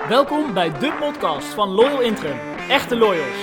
Welkom bij de podcast van Loyal Interim. Echte Loyals.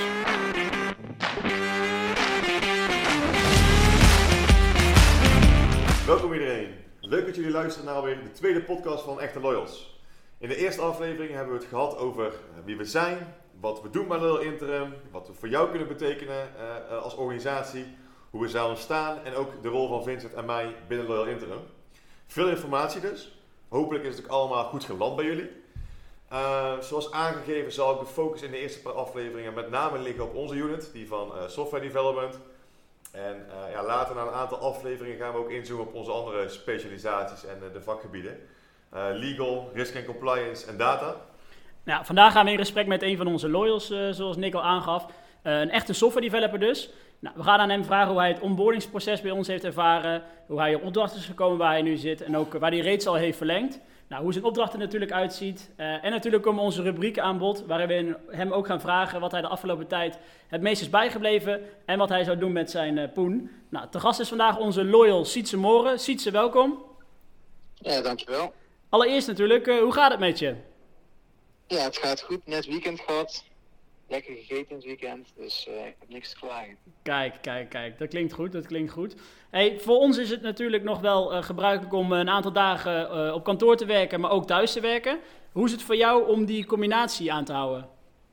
Welkom iedereen. Leuk dat jullie luisteren naar alweer de tweede podcast van Echte Loyals. In de eerste aflevering hebben we het gehad over wie we zijn, wat we doen bij Loyal Interim, wat we voor jou kunnen betekenen als organisatie, hoe we zijn ontstaan en ook de rol van Vincent en mij binnen Loyal Interim. Veel informatie dus. Hopelijk is het ook allemaal goed geland bij jullie. Zoals aangegeven zal ik de focus in de eerste paar afleveringen met name liggen op onze unit, die van software development. En later na een aantal afleveringen gaan we ook inzoomen op onze andere specialisaties en de vakgebieden. Legal, risk and compliance en data. Nou, vandaag gaan we in gesprek met een van onze loyals, zoals Nick al aangaf. Een echte software developer dus. Nou, we gaan aan hem vragen hoe hij het onboardingsproces bij ons heeft ervaren. Hoe hij op opdrachten is gekomen waar hij nu zit. En ook waar hij reeds al heeft verlengd. Nou, hoe zijn opdracht er natuurlijk uitziet. En natuurlijk komen onze rubrieken aan bod. Waarin we hem ook gaan vragen wat hij de afgelopen tijd het meest is bijgebleven. En wat hij zou doen met zijn poen. Nou, te gast is vandaag onze loyal Sietse Moren. Sietse, welkom. Ja, dankjewel. Allereerst natuurlijk, hoe gaat het met je? Ja, het gaat goed. Net weekend gehad. Lekker gegeten in het weekend, dus ik heb niks te klagen. Kijk. Dat klinkt goed. Hey, voor ons is het natuurlijk nog wel gebruikelijk om een aantal dagen op kantoor te werken, maar ook thuis te werken. Hoe is het voor jou om die combinatie aan te houden?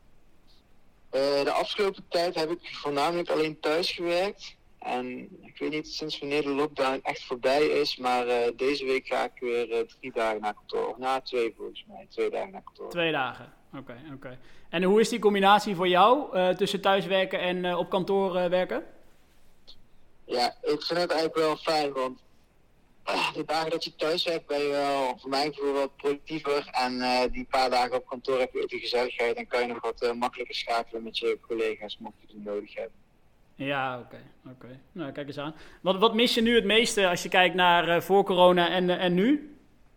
De afgelopen tijd heb ik voornamelijk alleen thuis gewerkt. En ik weet niet sinds wanneer de lockdown echt voorbij is, maar deze week ga ik weer 3 dagen naar kantoor. Of na 2 volgens mij, 2 dagen naar kantoor. 2 dagen, oké. En hoe is die combinatie voor jou tussen thuiswerken en op kantoor werken? Ja, ik vind het eigenlijk wel fijn, want de dagen dat je thuis werkt ben je wel, voor mijn gevoel, wat productiever. En die paar dagen op kantoor heb je ook de gezelligheid en kan je nog wat makkelijker schakelen met je collega's, mocht je die nodig hebben. Ja, oké. Nou, kijk eens aan. Wat mis je nu het meeste als je kijkt naar voor corona en nu?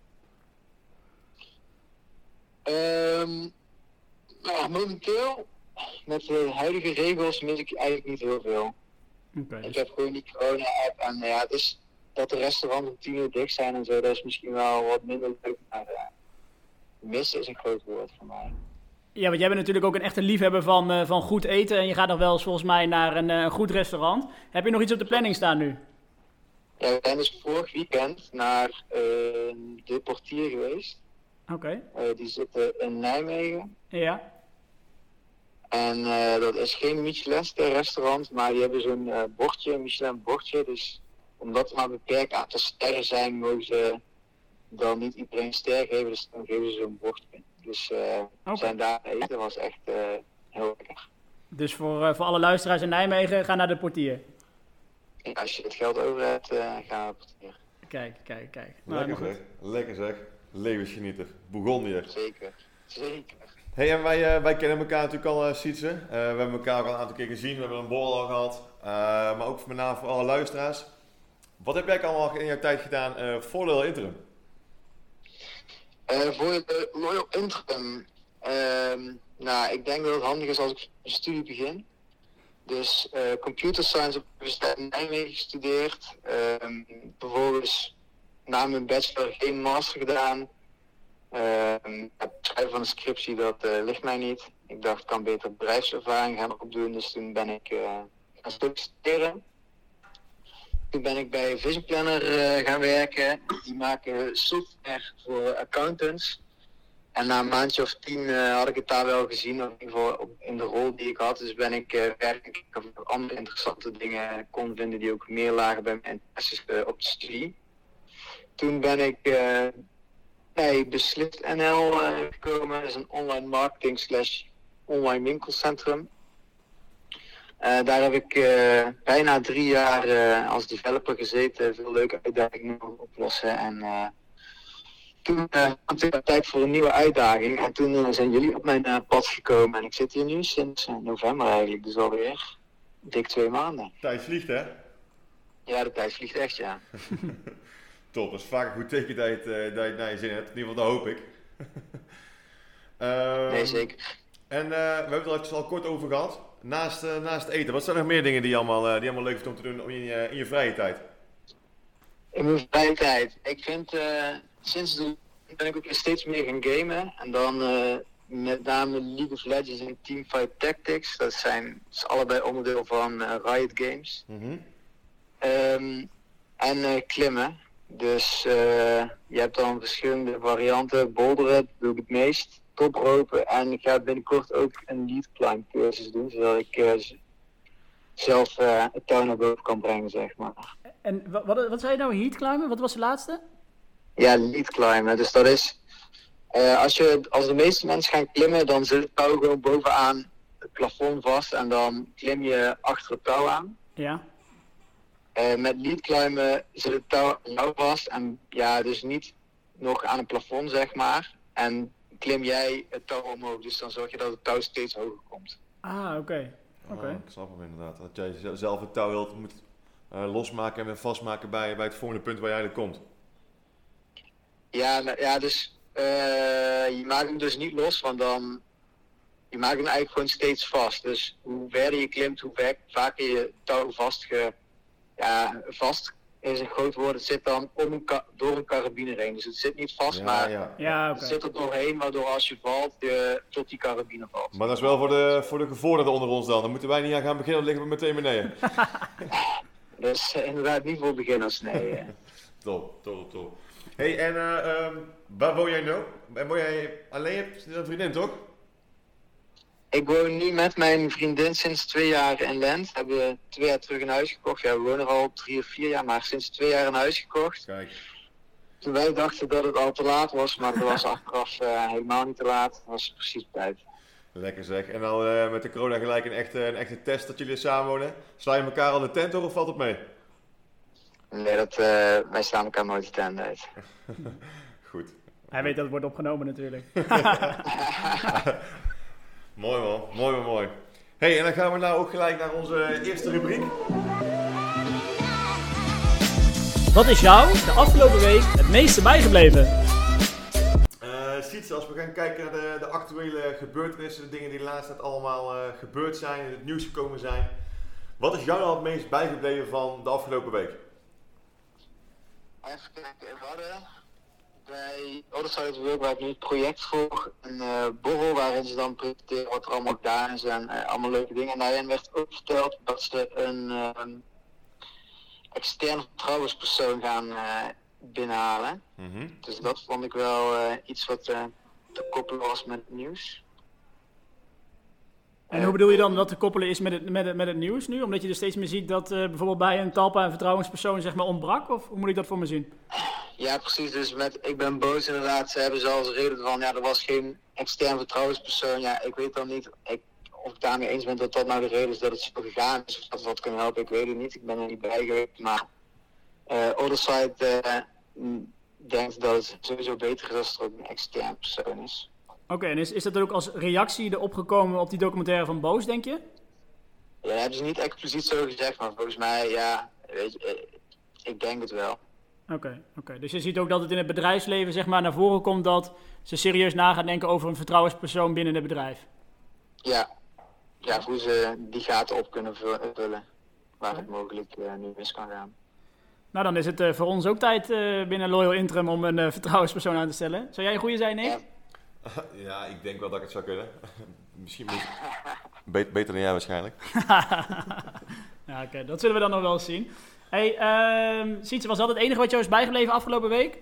Momenteel, met de huidige regels, mis ik eigenlijk niet heel veel. Okay, ik heb gewoon die corona-app en het is dat de restaurants om 10 uur dicht zijn en zo, dat is misschien wel wat minder leuk, maar missen is een groot woord voor mij. Ja, want jij bent natuurlijk ook een echte liefhebber van goed eten en je gaat nog wel eens volgens mij naar een goed restaurant. Heb je nog iets op de planning staan nu? Ja, we zijn dus vorig weekend naar de Portier geweest. Oké. Die zitten in Nijmegen. Ja. En dat is geen Michelinster restaurant, maar die hebben zo'n bordje, een Michelin bordje. Dus omdat er maar een beperkt aantal sterren zijn, mogen ze dan niet iedereen een ster geven. Dus dan geven ze zo'n bordje. Dus we zijn daar eten, dat was echt heel lekker. Dus voor alle luisteraars in Nijmegen, ga naar de Portier. En als je het geld over hebt, ga naar de Portier. Kijk. Lekker zeg. Levensgenieter. Bourgondier. Zeker. Hey, en wij kennen elkaar natuurlijk al, Sietse. We hebben elkaar al een aantal keer gezien, we hebben een borrel al gehad. Maar ook met name voor alle luisteraars. Wat heb jij allemaal in jouw tijd gedaan voor Loyal Interim? Voor de Loyal Interim, ik denk dat het handig is als ik een studie begin. Dus computer science op de Universiteit in Nijmegen gestudeerd. Vervolgens na mijn bachelor geen master gedaan. Het schrijven van een scriptie, dat ligt mij niet. Ik dacht, ik kan beter bedrijfservaring gaan opdoen, dus toen ben ik gaan solliciteren. Toen ben ik bij Vision Planner gaan werken. Die maken software voor accountants. En na een maandje of 10 had ik het daar wel gezien, of in ieder geval in de rol die ik had. Dus ben ik werkelijk of ik andere interessante dingen kon vinden die ook meer lagen bij mijn interesses op de studie. Toen ben ik bij Beslist NL gekomen. Dat is een online marketing / online winkelcentrum. Daar heb ik bijna 3 jaar als developer gezeten. Veel leuke uitdagingen mogen oplossen. En toen had ik tijd voor een nieuwe uitdaging. En toen zijn jullie op mijn pad gekomen. En ik zit hier nu sinds november eigenlijk. Dus alweer dik 2 maanden. Tijd vliegt, hè? Ja, de tijd vliegt echt, ja. Top, dat is vaak een goed teken dat je het naar je zin hebt. In ieder geval, dat hoop ik. Nee, zeker. En we hebben het er al kort over gehad. Naast eten, wat zijn nog meer dingen die je allemaal leuk vindt om te doen in je vrije tijd? In mijn vrije tijd? Ik vind, sinds ben ik ook steeds meer gaan gamen. En dan met name League of Legends en Teamfight Tactics. Dat is allebei onderdeel van Riot Games. En klimmen. Dus je hebt dan verschillende varianten. Boulderen doe ik het meest. Topropen. En ik ga binnenkort ook een lead climb cursus doen. Zodat ik zelf het touw naar boven kan brengen, zeg maar. En wat zei je nou, heat climben? Wat was de laatste? Ja, lead climben. Dus dat is... als de meeste mensen gaan klimmen, dan zit het touw gewoon bovenaan het plafond vast. En dan klim je achter het touw aan. Ja. Met lead climben zit het touw aan jou vast. En ja, dus niet nog aan het plafond, zeg maar. En klim jij het touw omhoog. Dus dan zorg je dat het touw steeds hoger komt. Ah, oké. Ik snap hem inderdaad. Dat jij zelf het touw wilt moet losmaken en vastmaken bij het volgende punt waar jij er komt. Ja, dus je maakt hem dus niet los, want dan... Je maakt hem eigenlijk gewoon steeds vast. Dus hoe verder je klimt, hoe vaker je touw vast is een groot woord. Het zit dan door een carabine heen. Dus het zit niet vast, het zit er doorheen, waardoor als je valt, je tot die carabine valt. Maar dat is wel voor de gevorderden onder ons dan. Dan moeten wij niet aan gaan beginnen, dan liggen we meteen beneden. Dat is inderdaad niet voor beginners, nee. Top. Hey, en waar woon jij nou? Woon jij alleen? Je hebt een vriendin, toch? Ik woon nu met mijn vriendin sinds 2 jaar in Lent. We hebben 2 jaar terug een huis gekocht. Ja, we wonen er al 3 of 4 jaar, maar sinds 2 jaar een huis gekocht. Kijk. Toen wij dachten dat het al te laat was, maar het was achteraf helemaal niet te laat. Het was precies op tijd. Lekker zeg. En dan met de corona gelijk een echte test dat jullie samenwonen. Sla je elkaar al de tent door of valt het mee? Nee, wij staan elkaar nooit de tent uit. Goed. Hij weet dat het wordt opgenomen natuurlijk. Mooi man, mooi. Hey, en dan gaan we nou ook gelijk naar onze eerste rubriek. Wat is jou de afgelopen week het meeste bijgebleven? Sietse, als we gaan kijken naar de actuele gebeurtenissen, de dingen die de laatste tijd allemaal gebeurd zijn, in het nieuws gekomen zijn. Wat is jou nou het meest bijgebleven van de afgelopen week? Even kijken, we hadden bij Otherside Work, waar ik nu het project voor, een borrel waarin ze dan presenteren wat er allemaal gedaan is en allemaal leuke dingen. En daarin werd ook verteld dat ze een externe vertrouwenspersoon gaan binnenhalen. Mm-hmm. Dus dat vond ik wel iets wat te koppelen was met het nieuws. En hoe bedoel je dan dat te koppelen is met het nieuws nu? Omdat je er steeds meer ziet dat bijvoorbeeld bij een Talpa een vertrouwenspersoon zeg maar ontbrak? Of hoe moet ik dat voor me zien? Ja, precies. Dus ik ben boos inderdaad. Ze hebben zelfs reden van, er was geen extern vertrouwenspersoon. Ja, ik weet dan niet of ik daarmee eens ben dat nou de reden is dat het zo gegaan is. Of dat wat kan helpen, ik weet het niet. Ik ben er niet bij geweest. Maar Otherside denkt dat het sowieso beter is als er ook een extern persoon is. Oké, en is dat ook als reactie erop gekomen op die documentaire van Boos, denk je? Ja, dat hebben ze niet expliciet zo gezegd, maar volgens mij, weet je, ik denk het wel. Oké. Dus je ziet ook dat het in het bedrijfsleven zeg maar naar voren komt dat ze serieus na gaan denken over een vertrouwenspersoon binnen het bedrijf. Ja, hoe ze die gaten op kunnen vullen, waar het mogelijk nu mis kan gaan. Nou, dan is het voor ons ook tijd binnen Loyal Interim om een vertrouwenspersoon aan te stellen. Zou jij een goede zijn, Nick? Ja. Ja, ik denk wel dat ik het zou kunnen. Misschien beter dan jij waarschijnlijk. Ja, oké, dat zullen we dan nog wel eens zien. Hey, Sietse, was dat het enige wat jou is bijgebleven afgelopen week?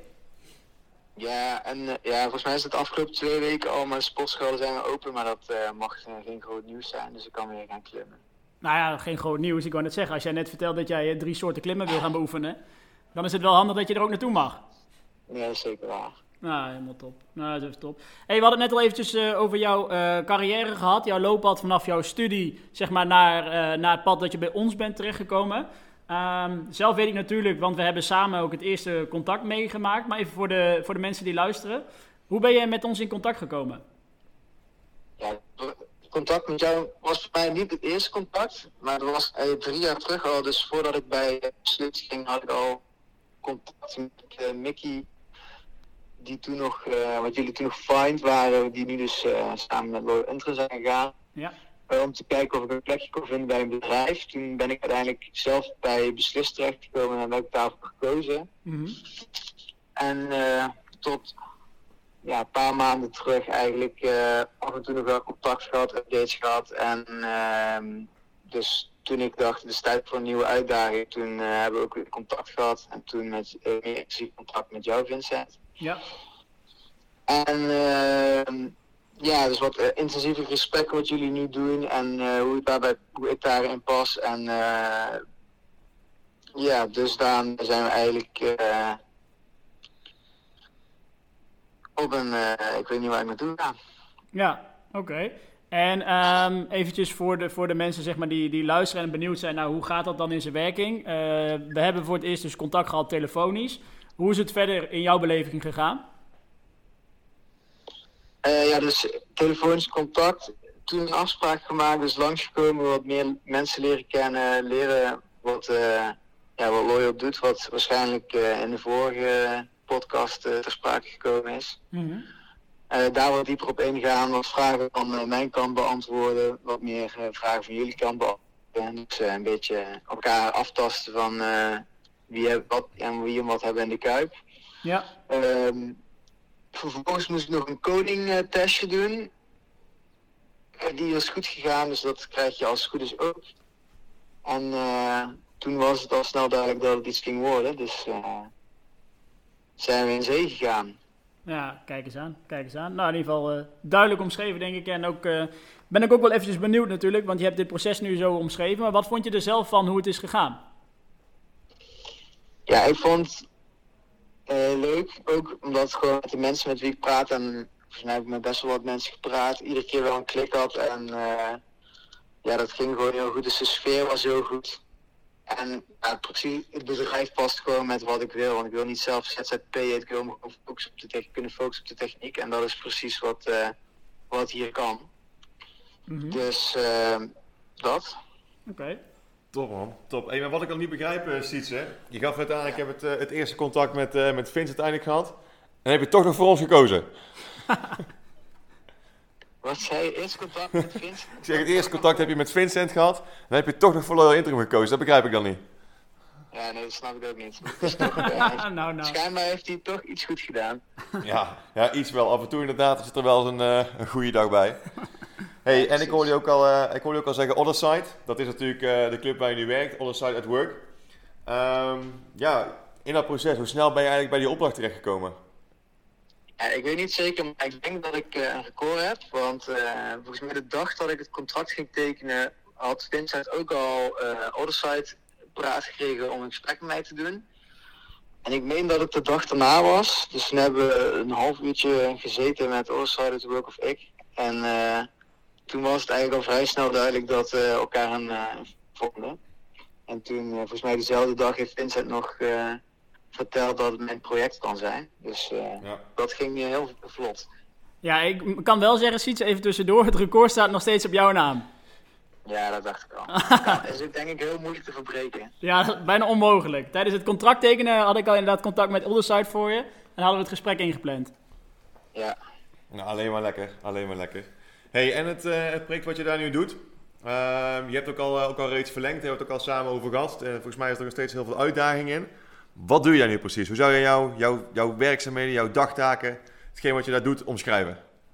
Ja, en volgens mij is het de afgelopen 2 weken al, maar de sportscholen zijn weer open, maar dat mag geen groot nieuws zijn, dus ik kan weer gaan klimmen. Nou ja, geen groot nieuws. Ik wou net zeggen, als jij net vertelt dat jij 3 soorten klimmen wil gaan beoefenen, dan is het wel handig dat je er ook naartoe mag. Ja, dat is zeker waar. Nou, helemaal top. Nou, dat is top. Hey, we hadden het net al eventjes over jouw carrière gehad. Jouw looppad vanaf jouw studie, zeg maar, naar het pad dat je bij ons bent terechtgekomen. Zelf weet ik natuurlijk, want we hebben samen ook het eerste contact meegemaakt. Maar even voor de mensen die luisteren. Hoe ben je met ons in contact gekomen? Ja, contact met jou was voor mij niet het eerste contact. Maar dat was 3 jaar terug al. Dus voordat ik bij Sluts ging, had ik al contact met Mickey. Die toen nog, wat jullie toen nog Find waren, die nu dus samen met Loyal Interim zijn gegaan. Ja. Om te kijken of ik een plekje kon vinden bij een bedrijf. Toen ben ik uiteindelijk zelf bij Beslis terechtgekomen en heb ik daarvoor gekozen. Mm-hmm. En tot een paar maanden terug eigenlijk af en toe nog wel contact gehad, updates gehad. En dus toen ik dacht, het is tijd voor een nieuwe uitdaging, toen hebben we ook weer contact gehad. En toen met meer intensief contact met jou, Vincent. Ja. En dus wat intensiever gesprekken wat jullie nu doen en hoe ik daarin pas. En dus dan zijn we eigenlijk op een, ik weet niet waar ik naartoe ga. Ja, oké. En eventjes voor de mensen zeg maar, die luisteren en benieuwd zijn, nou, hoe gaat dat dan in zijn werking? We hebben voor het eerst dus contact gehad telefonisch. Hoe is het verder in jouw beleving gegaan? Dus telefonisch contact. Toen een afspraak gemaakt, dus langsgekomen, wat meer mensen leren kennen, leren wat Loyal doet, wat waarschijnlijk in de vorige podcast ter sprake gekomen is. Mm-hmm. Daar wat dieper op ingaan, wat vragen van mijn kant beantwoorden, wat meer vragen van jullie kant beantwoorden. Dus een beetje elkaar aftasten van wie en wat hebben in de kuip. Ja. Vervolgens moest ik nog een coding testje doen. Die is goed gegaan, dus dat krijg je als het goed is ook. En toen was het al snel duidelijk dat het iets ging worden, dus zijn we in zee gegaan. Ja, kijk eens aan. Nou, in ieder geval duidelijk omschreven, denk ik. En ook ben ik ook wel eventjes benieuwd natuurlijk, want je hebt dit proces nu zo omschreven. Maar wat vond je er zelf van hoe het is gegaan? Ja, ik vond leuk, ook omdat gewoon met de mensen met wie ik praat, en volgens mij heb ik met best wel wat mensen gepraat, iedere keer wel een klik had. En dat ging gewoon heel goed, dus de sfeer was heel goed. En precies, het bedrijf past gewoon met wat ik wil, want ik wil niet zelf ZZP'en, ik wil me gewoon kunnen focussen op de techniek. En dat is precies wat hier kan. Mm-hmm. Dus dat. Oké. Top man, top. Hey, maar wat ik al niet begrijp, Sietse, je gaf uiteindelijk, ik heb het eerste contact met Vince uiteindelijk gehad. En heb je toch nog voor ons gekozen. Wat zei je? Eerst contact met Vincent? Ik zeg, het eerste contact heb je met Vincent gehad. Dan heb je toch nog voor Loyal Interim gekozen. Dat begrijp ik dan niet. Ja, nee, dat snap ik ook niet. Dus toch, nou. Schijnbaar heeft hij toch iets goed gedaan. Ja, iets wel. Af en toe inderdaad zit er wel eens een goede dag bij. Hey, en ik hoorde je ook al zeggen Other Side. Dat is natuurlijk de club waar je nu werkt. Other Side at Work. In dat proces, hoe snel ben je eigenlijk bij die opdracht terechtgekomen? Ja, ik weet niet zeker, maar ik denk dat ik een record heb. Want volgens mij de dag dat ik het contract ging tekenen, had Vincent ook al Other Side praat gekregen om een gesprek met mij te doen. En ik meen dat het de dag daarna was. Dus toen hebben we een half uurtje gezeten met Other Side at Work of ik. En toen was het eigenlijk al vrij snel duidelijk dat we elkaar vonden. En toen, volgens mij dezelfde dag, heeft Vincent nog verteld dat het mijn project kan zijn. Dus dat ging heel vlot. Ja, ik kan wel zeggen, Sietse, even tussendoor, het record staat nog steeds op jouw naam. Ja, dat dacht ik al. Dat is ook denk ik heel moeilijk te verbreken. Ja, bijna onmogelijk. Tijdens het contract tekenen had ik al inderdaad contact met Other Side voor je. En hadden we het gesprek ingepland. Ja. Nou, alleen maar lekker. Hey, en het project wat je daar nu doet, je hebt ook al reeds verlengd, we hebben het ook al samen over gehad. Volgens mij is er nog steeds heel veel uitdagingen in. Wat doe je daar nu precies? Hoe zou je jouw werkzaamheden, jouw dagtaken, hetgeen wat je daar doet, omschrijven?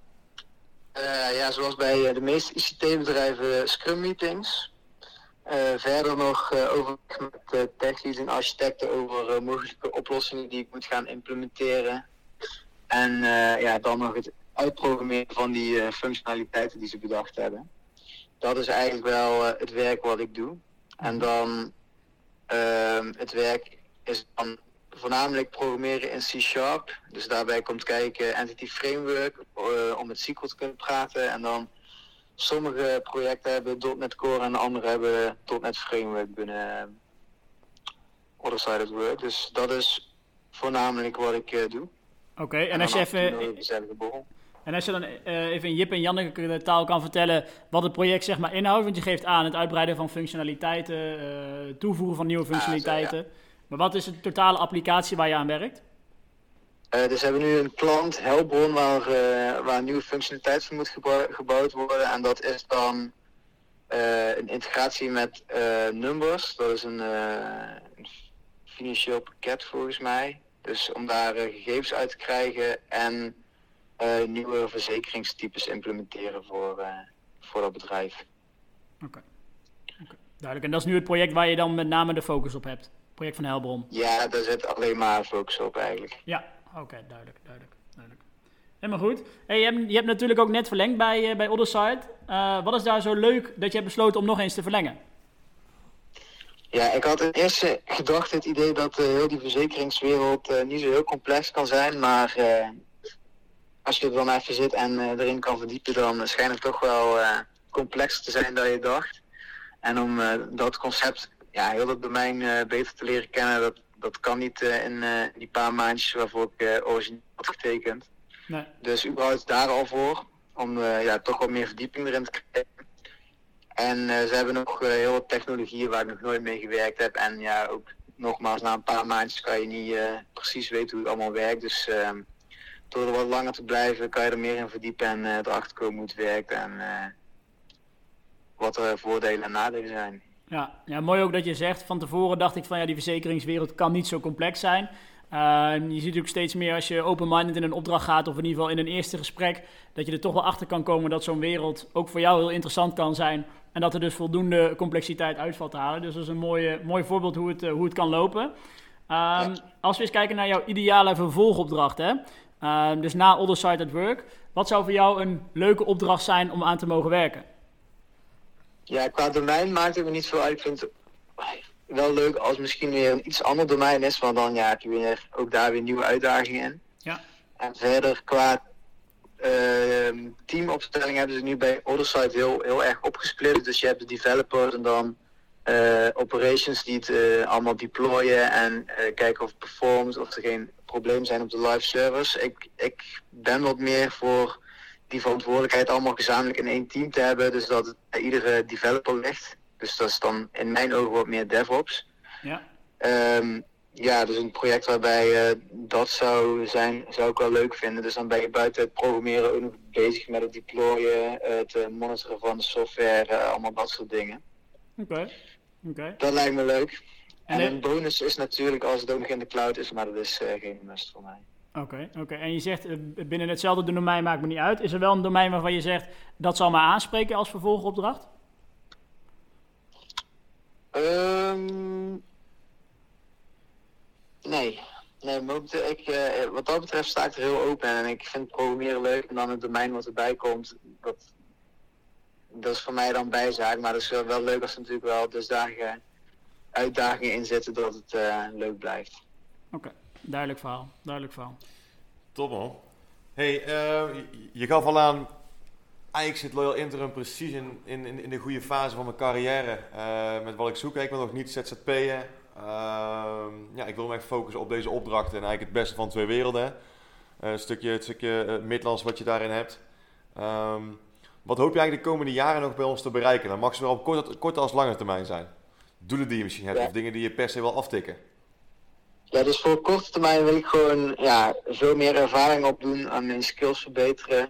Zoals bij de meeste ICT-bedrijven Scrum meetings. Verder nog overleg met techleads en architecten over mogelijke oplossingen die ik moet gaan implementeren. En dan nog het uitprogrammeren van die functionaliteiten die ze bedacht hebben. Dat is eigenlijk wel het werk wat ik doe. En dan het werk is dan voornamelijk programmeren in C#. Dus daarbij komt kijken Entity Framework om met SQL te kunnen praten. En dan sommige projecten hebben .NET Core en de andere hebben .NET Framework binnen Other Side at Work. Dus dat is voornamelijk wat ik doe. Oké, en als je als je dan even in Jip en Janneke taal kan vertellen wat het project zeg maar inhoudt. Want je geeft aan het uitbreiden van functionaliteiten, toevoegen van nieuwe functionaliteiten. Ja. Maar wat is de totale applicatie waar je aan werkt? Dus we hebben nu een klant, Helbron, waar nieuwe functionaliteit voor moet gebouwd worden. En dat is dan een integratie met Numbers. Dat is een financieel pakket volgens mij. Dus om daar gegevens uit te krijgen en nieuwe verzekeringstypes implementeren voor dat bedrijf. Oké. Duidelijk. En dat is nu het project waar je dan met name de focus op hebt? Het project van Helbron? Ja, daar zit alleen maar focus op eigenlijk. Ja, oké, duidelijk. Helemaal goed. Hey, je hebt natuurlijk ook net verlengd bij Otherside. Wat is daar zo leuk dat je hebt besloten om nog eens te verlengen? Ja, ik had in eerste gedacht het idee dat heel die verzekeringswereld niet zo heel complex kan zijn. Maar als je er dan even zit en erin kan verdiepen, dan schijnt het toch wel complexer te zijn dan je dacht. En om dat concept, heel dat domein beter te leren kennen, dat kan niet in die paar maandjes waarvoor ik origineel had getekend. Nee. Dus überhaupt daar al voor, om toch wat meer verdieping erin te krijgen. En ze hebben nog heel wat technologieën waar ik nog nooit mee gewerkt heb. En ja, ook nogmaals, na een paar maandjes kan je niet precies weten hoe het allemaal werkt. Dus door er wat langer te blijven, kan je er meer in verdiepen en erachter komen hoe het werkt. En wat er voordelen en nadelen zijn. Ja, mooi ook dat je zegt. Van tevoren dacht ik van die verzekeringswereld kan niet zo complex zijn. Je ziet ook steeds meer als je open-minded in een opdracht gaat, of in ieder geval in een eerste gesprek, dat je er toch wel achter kan komen dat zo'n wereld ook voor jou heel interessant kan zijn. En dat er dus voldoende complexiteit uit valt te halen. Dus dat is een mooi voorbeeld hoe het kan lopen. Als we eens kijken naar jouw ideale vervolgopdracht, hè? Dus na Otherside at Work, wat zou voor jou een leuke opdracht zijn om aan te mogen werken? Ja, qua domein maakt het me niet veel uit. Ik vind het wel leuk als misschien weer een iets ander domein is, want dan heb je ook daar weer nieuwe uitdagingen in. Ja. En verder qua teamopstelling hebben ze nu bij Otherside heel erg opgesplitst. Dus je hebt de developers en dan operations die het allemaal deployen en kijken of het performt, of er geen problemen zijn op de live servers. Ik ben wat meer voor die verantwoordelijkheid allemaal gezamenlijk in één team te hebben, dus dat het bij iedere developer ligt. Dus dat is dan in mijn ogen wat meer DevOps. Ja. Dus een project waarbij dat zou ik wel leuk vinden. Dus dan ben je buiten het programmeren ook nog bezig met het deployen, het monitoren van de software, allemaal dat soort dingen. Oké. Dat lijkt me leuk. En En een bonus is natuurlijk als het ook nog in de cloud is, maar dat is geen must voor mij. Oké. En je zegt binnen hetzelfde domein maakt me niet uit. Is er wel een domein waarvan je zegt dat zal me aanspreken als vervolgopdracht? Nee, wat dat betreft sta ik er heel open en ik vind programmeren leuk en dan het domein wat erbij komt, dat is voor mij dan bijzaak, maar dat is wel leuk als er natuurlijk wel dusdanige uitdagingen in zitten dat het leuk blijft. Oké, duidelijk verhaal. Top man. Hey, je gaf al aan, eigenlijk zit Loyal Interim precies in de goede fase van mijn carrière met wat ik zoek. Ik wil nog niet ZZP'en. Ik wil me echt focussen op deze opdrachten en eigenlijk het beste van twee werelden. Het stukje Midlands wat je daarin hebt. Wat hoop je eigenlijk de komende jaren nog bij ons te bereiken? Dan mag ze wel op korte als lange termijn zijn. Doelen die je misschien hebt of dingen die je per se wil aftikken. Ja, dus voor korte termijn wil ik gewoon veel meer ervaring opdoen, aan mijn skills verbeteren.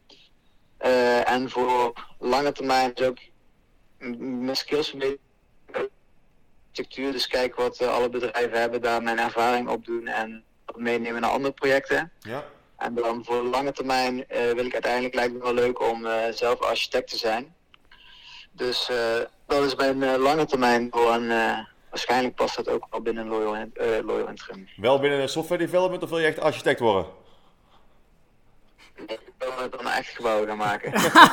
En voor lange termijn dus ook mijn skills verbeteren. Dus kijken wat alle bedrijven hebben, daar mijn ervaring opdoen en dat meenemen naar andere projecten. Ja. En dan voor lange termijn wil ik uiteindelijk, lijkt me wel leuk om zelf architect te zijn. Dus dat is mijn lange termijn doel en waarschijnlijk past dat ook wel binnen Loyal Interim. Wel binnen software development of wil je echt architect worden? Ik wil dan een echt gebouw gaan maken.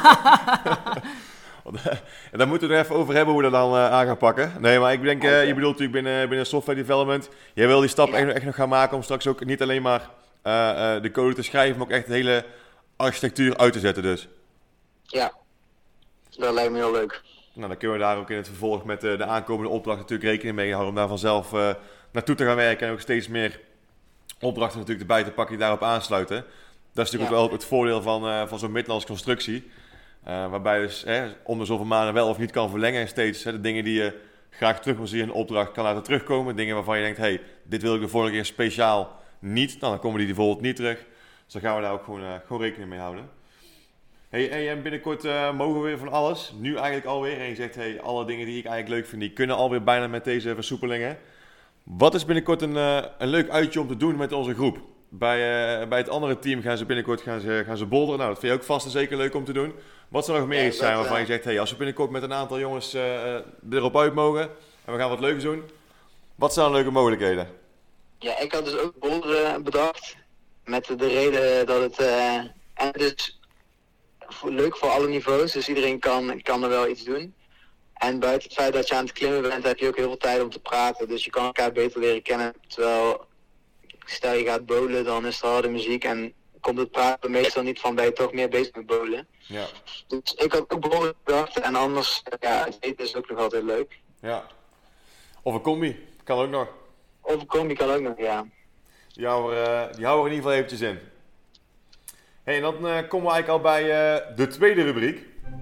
En daar moeten we het even over hebben hoe we dat dan aan gaan pakken. Nee, maar ik denk, je bedoelt natuurlijk binnen software development. Jij wil die stap echt nog gaan maken om straks ook niet alleen maar de code te schrijven, maar ook echt de hele architectuur uit te zetten dus. Ja, dat lijkt me heel leuk. Nou, dan kunnen we daar ook in het vervolg met de aankomende opdracht natuurlijk rekening mee houden om daar vanzelf naartoe te gaan werken en ook steeds meer opdrachten natuurlijk erbij te pakken die daarop aansluiten. Dat is natuurlijk ook wel het voordeel van zo'n Midlands constructie. Waarbij je dus om de zoveel maanden wel of niet kan verlengen en steeds de dingen die je graag terug wil zien in een opdracht kan laten terugkomen. Dingen waarvan je denkt, dit wil ik de vorige keer speciaal niet. Dan komen die bijvoorbeeld niet terug. Dus dan gaan we daar ook gewoon rekening mee houden. En binnenkort mogen we weer van alles. Nu eigenlijk alweer. En je zegt, alle dingen die ik eigenlijk leuk vind, die kunnen alweer bijna met deze versoepelingen. Wat is binnenkort een leuk uitje om te doen met onze groep? bij het andere team gaan ze binnenkort gaan ze boulderen. Nou, dat vind je ook vast en zeker leuk om te doen. Wat zou nog meer iets zijn waarvan je zegt, hey, als we binnenkort met een aantal jongens erop uit mogen en we gaan wat leuks doen, wat zijn leuke mogelijkheden? Ja, ik had dus ook boulderen bedacht. Met de reden dat het... en het is leuk voor alle niveaus, dus iedereen kan er wel iets doen. En buiten het feit dat je aan het klimmen bent, heb je ook heel veel tijd om te praten. Dus je kan elkaar beter leren kennen. Terwijl, stel je gaat bowlen, dan is er harde muziek en komt het praten meestal niet van, ben je toch meer bezig met bowlen. Ja. Dus ik had ook bowlen bedacht en anders, ja, het eten is ook nog altijd leuk. Ja. Of een combi, kan ook nog. Of een combi kan ook nog, ja. Die houden er in ieder geval eventjes in. Hey, en dan komen we eigenlijk al bij de tweede rubriek.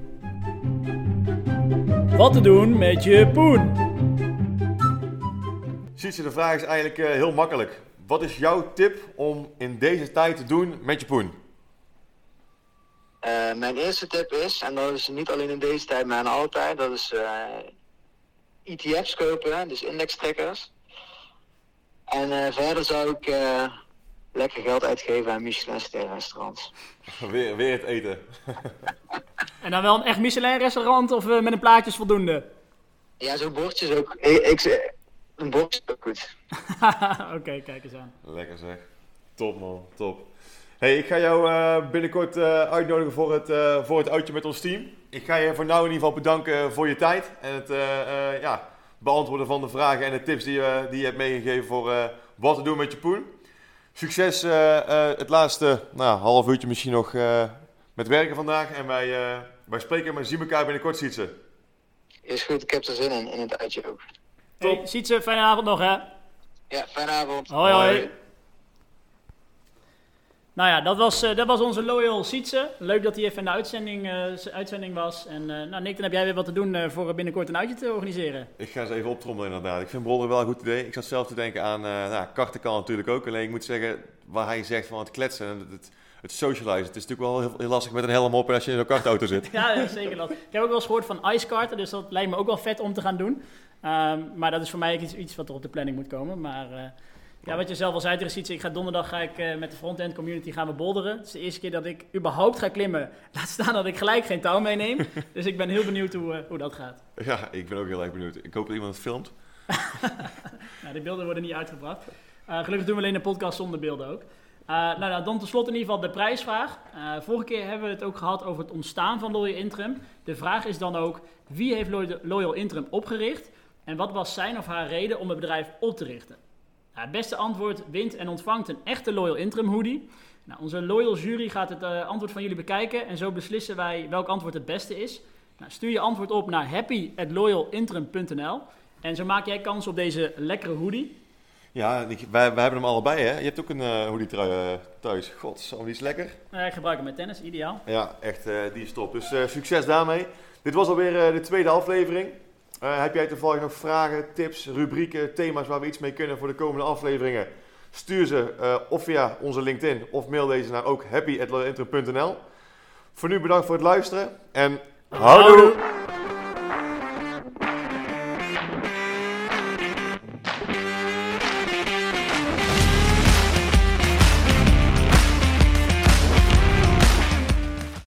Wat te doen met je poen? Sietse, de vraag is eigenlijk heel makkelijk. Wat is jouw tip om in deze tijd te doen met je poen? Mijn eerste tip is, en dat is niet alleen in deze tijd, maar in alle tijd, dat is ETF's kopen, dus indextrekkers. En verder zou ik lekker geld uitgeven aan Michelin-sterrenrestaurants. Weer het eten. En dan wel een echt Michelin-restaurant of met een plaatje is voldoende? Ja, zo'n bordje is ook... een bordje is ook goed. Oké, kijk eens aan. Lekker zeg. Top man, top. Hey, ik ga jou binnenkort uitnodigen voor het uitje met ons team. Ik ga je voor nou in ieder geval bedanken voor je tijd. En het beantwoorden van de vragen en de tips die je hebt meegegeven voor wat te doen met je poen. Succes het laatste half uurtje misschien nog met werken vandaag. En wij spreken en zien elkaar binnenkort, Sietse. Is goed, ik heb er zin in het uitje ook. Hey, Sietse, fijne avond nog hè. Ja, fijne avond. Hoi hoi. Nou ja, dat was onze loyal Sietse. Leuk dat hij even in de uitzending was. En Nick, dan heb jij weer wat te doen voor binnenkort een uitje te organiseren. Ik ga eens even optrommelen inderdaad. Ik vind boulderen wel een goed idee. Ik zat zelf te denken aan karten kan natuurlijk ook. Alleen ik moet zeggen, waar hij zegt van het kletsen en het socializen. Het is natuurlijk wel heel lastig met een helm op en als je in een kartauto zit. Ja, zeker dat. Ik heb ook wel eens gehoord van icekarten, dus dat lijkt me ook wel vet om te gaan doen. Maar dat is voor mij iets wat er op de planning moet komen. Maar wat je zelf al zei, ik ga donderdag met de frontend community gaan we boulderen. Het is de eerste keer dat ik überhaupt ga klimmen. Laat staan dat ik gelijk geen touw meeneem. Dus ik ben heel benieuwd hoe dat gaat. Ja, ik ben ook heel erg benieuwd. Ik hoop dat iemand het filmt. Die beelden worden niet uitgebracht. Gelukkig doen we alleen een podcast zonder beelden ook. Dan tenslotte in ieder geval de prijsvraag. Vorige keer hebben we het ook gehad over het ontstaan van Loyal Interim. De vraag is dan ook, wie heeft Loyal Interim opgericht? En wat was zijn of haar reden om het bedrijf op te richten? Het beste antwoord wint en ontvangt een echte Loyal Interim hoodie. Onze Loyal jury gaat het antwoord van jullie bekijken en zo beslissen wij welk antwoord het beste is. Stuur je antwoord op naar happy@loyalinterim.nl en zo maak jij kans op deze lekkere hoodie. Ja, wij hebben hem allebei hè. Je hebt ook een hoodie trui thuis. Godzijdank, die is lekker. Ik gebruik hem met tennis, ideaal. Ja, echt, die is top. Dus succes daarmee. Dit was alweer de tweede aflevering. Heb jij toevallig nog vragen, tips, rubrieken, thema's waar we iets mee kunnen voor de komende afleveringen? Stuur ze of via onze LinkedIn of mail deze naar ook happy@loyalinterim.nl. Voor nu bedankt voor het luisteren en houdoe!